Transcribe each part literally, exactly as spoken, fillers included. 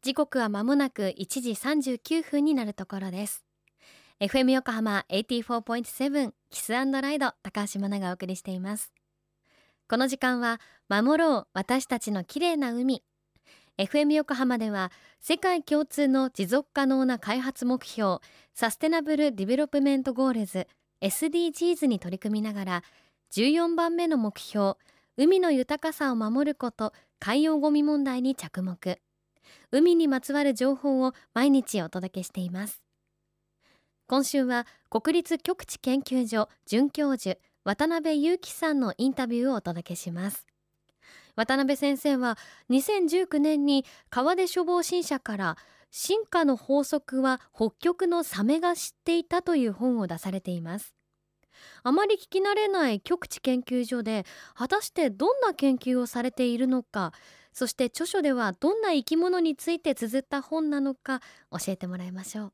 時刻は間もなくいちじさんじゅうきゅうふんになるところです。 エフエム 横浜 はちじゅうよんてんなな キス&ライド、高橋真奈がお送りしています。この時間は守ろう私たちの綺麗な海。 エフエム 横浜では世界共通の持続可能な開発目標サステナブルディベロップメントゴールズ エスディージーズ に取り組みながら、じゅうよんばんめの目標海の豊かさを守ること海洋ゴミ問題に着目。海にまつわる情報を毎日お届けしています。今週は国立極地研究所准教授渡辺裕樹さんのインタビューをお届けします。渡辺先生はにせんじゅうきゅうねんに川出処方新社から進化の法則は北極のサメが知っていたという本を出されています。あまり聞き慣れない極地研究所で果たしてどんな研究をされているのか、そして著書ではどんな生き物について綴った本なのか教えてもらいましょう。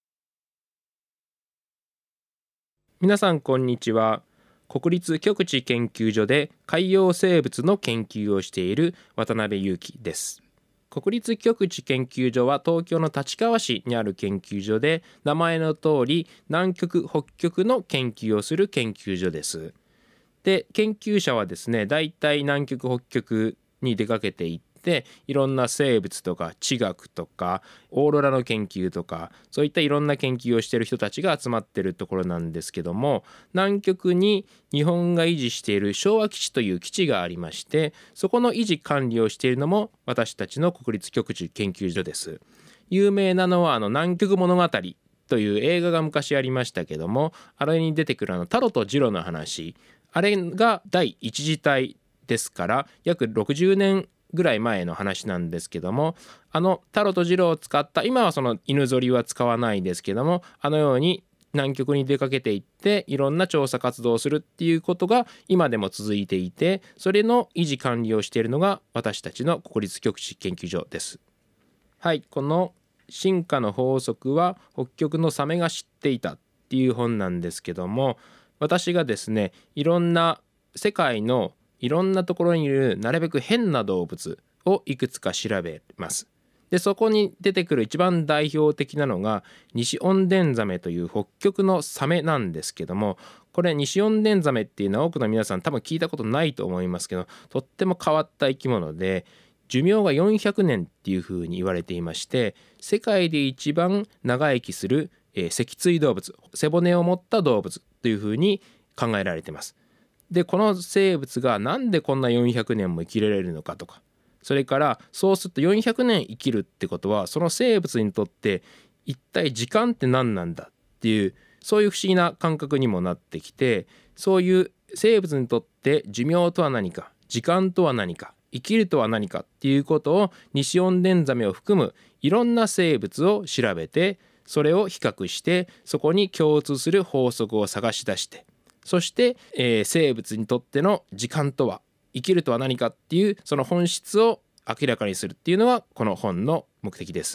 皆さんこんにちは。国立極地研究所で海洋生物の研究をしている渡辺裕樹です。国立極地研究所は東京の立川市にある研究所で、名前の通り南極北極の研究をする研究所です。で、研究者はですね、だいたい南極北極に出かけていって、いろんな生物とか地学とかオーロラの研究とか、そういったいろんな研究をしている人たちが集まっているところなんですけども、南極に日本が維持している昭和基地という基地がありまして、そこの維持管理をしているのも私たちの国立極地研究所です。有名なのはあの南極物語という映画が昔ありましたけども、あれに出てくるあのタロとジロの話、あれが第一次隊ですから約ろくじゅうねんぐらい前の話なんですけども、あのタロとジロを使った、今はその犬ぞりは使わないですけども、あのように南極に出かけていっていろんな調査活動をするっていうことが今でも続いていて、それの維持管理をしているのが私たちの国立極地研究所です。はい、この進化の法則は北極のサメが知っていたっていう本なんですけども、私がですね、いろんな世界のいろんなところにいるなるべく変な動物をいくつか調べます。で、そこに出てくる一番代表的なのがニシオンデンザメという北極のサメなんですけども、これニシオンデンザメっていうのは多くの皆さん多分聞いたことないと思いますけど、とっても変わった生き物で、寿命がよんひゃくねんっていうふうに言われていまして、世界で一番長生きする、えー、脊椎動物、背骨を持った動物というふうに考えられています。で、この生物がなんでこんなよんひゃくねんも生きられるのかとか、それからそうするとよんひゃくねん生きるってことは、その生物にとって一体時間って何なんだっていう、そういう不思議な感覚にもなってきて、そういう生物にとって寿命とは何か、時間とは何か、生きるとは何かっていうことをニシオンデンザメを含むいろんな生物を調べて、それを比較して、そこに共通する法則を探し出して、そして、えー、生物にとっての時間とは、生きるとは何かっていうその本質を明らかにするっていうのはこの本の目的です。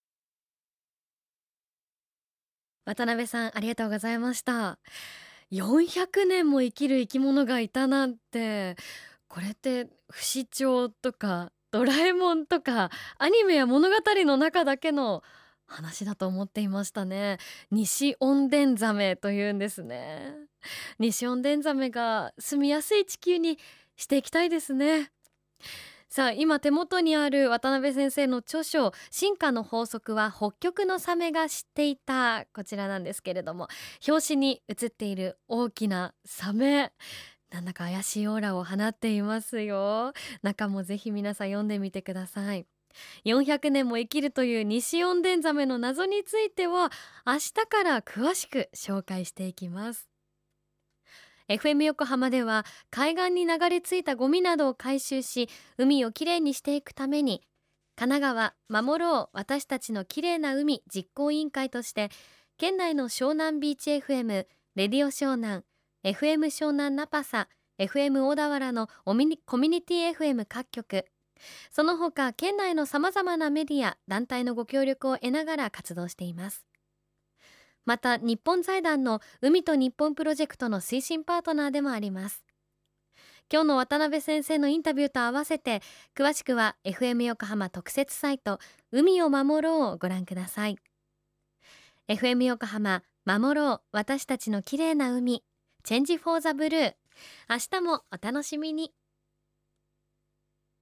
渡辺さん、ありがとうございました。よんひゃくねんも生きる生き物がいたなんて、これって不死鳥とかドラえもんとかアニメや物語の中だけの話だと思っていましたね。ニシオンデンザメというんですね。ニシオンデンザメが住みやすい地球にしていきたいですね。さあ、今手元にある渡辺先生の著書進化の法則は北極のサメが知っていた、こちらなんですけれども、表紙に写っている大きなサメ、なんだか怪しいオーラを放っていますよ。中もぜひ皆さん読んでみてください。よんひゃくねんも生きるというニシオンデンザメの謎については明日から詳しく紹介していきます。エフエム 横浜では海岸に流れ着いたゴミなどを回収し、海をきれいにしていくために、神奈川守ろう私たちのきれいな海実行委員会として、県内の湘南ビーチ エフエム、レディオ湘南、エフエム 湘南ナパサ、エフエム 小田原のコミュニティ エフエム 各局、その他県内のさまざまなメディア団体のご協力を得ながら活動しています。また日本財団の海と日本プロジェクトの推進パートナーでもあります。 今日の渡辺先生のインタビューと合わせて詳しくは エフエム 横浜特設サイト海を守ろうをご覧ください。 エフエム 横浜守ろう私たちの綺麗な海、チェンジフォーザブルー、明日もお楽しみに。